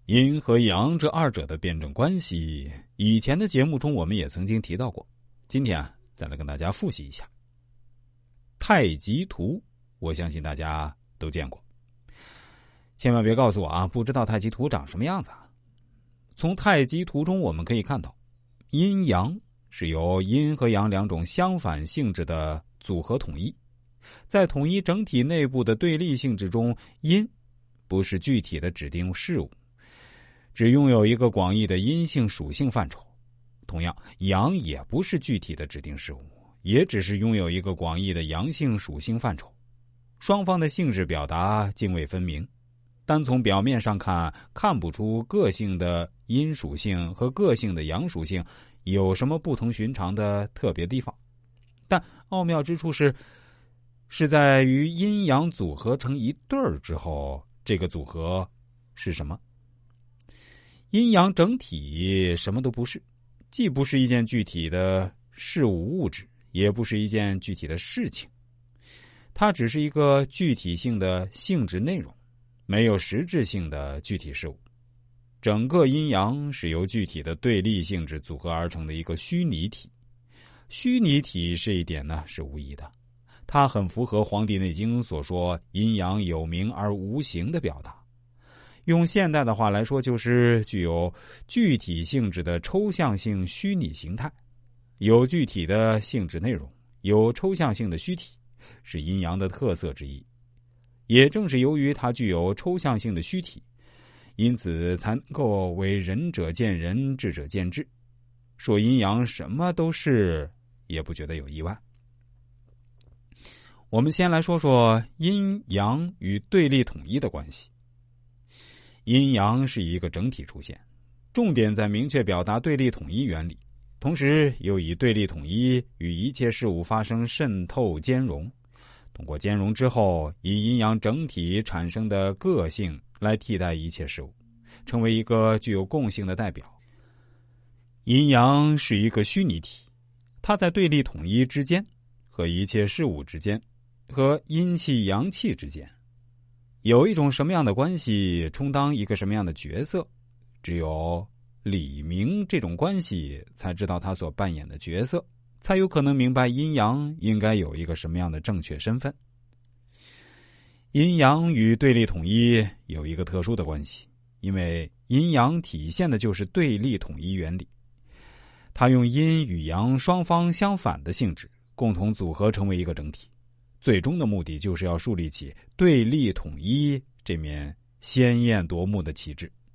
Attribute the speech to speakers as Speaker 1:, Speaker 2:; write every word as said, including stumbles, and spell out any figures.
Speaker 1: 阴和阳这二者的辩证关系，以前的节目中我们也曾经提到过。今天啊，再来跟大家复习一下。太极图，我相信大家都见过。千万别告诉我啊，不知道太极图长什么样子啊。从太极图中我们可以看到，阴阳是由阴和阳两种相反性质的组合统一。在统一整体内部的对立性质中，阴不是具体的指定事物，只拥有一个广义的阴性属性范畴。同样，阳也不是具体的指定事物，也只是拥有一个广义的阳性属性范畴。双方的性质表达泾渭分明，单从表面上看，看不出个性的阴属性和个性的阳属性有什么不同寻常的特别地方。但奥妙之处是，是在于阴阳组合成一对儿之后，这个组合是什么？阴阳整体什么都不是，既不是一件具体的事物物质，也不是一件具体的事情，它只是一个具体性的性质内容，没有实质性的具体事物。整个阴阳是由具体的对立性质组合而成的一个虚拟体。虚拟体这一点呢是无疑的，它很符合《黄帝内经》所说阴阳有名而无形的表达。用现代的话来说，就是具有具体性质的抽象性虚拟形态，有具体的性质内容，有抽象性的虚体，是阴阳的特色之一。也正是由于它具有抽象性的虚体，因此才能够为仁者见仁，智者见智。说阴阳什么都是，也不觉得有意外。我们先来说说阴阳与对立统一的关系。阴阳是一个整体出现，重点在明确表达对立统一原理，同时又以对立统一与一切事物发生渗透兼容，通过兼容之后，以阴阳整体产生的个性来替代一切事物，成为一个具有共性的代表。阴阳是一个虚拟体，它在对立统一之间，和一切事物之间，和阴气阳气之间，有一种什么样的关系，充当一个什么样的角色，只有理明这种关系，才知道他所扮演的角色，才有可能明白阴阳应该有一个什么样的正确身份。阴阳与对立统一有一个特殊的关系，因为阴阳体现的就是对立统一原理。它用阴与阳双方相反的性质，共同组合成为一个整体。最终的目的就是要树立起对立统一这面鲜艳夺目的旗帜。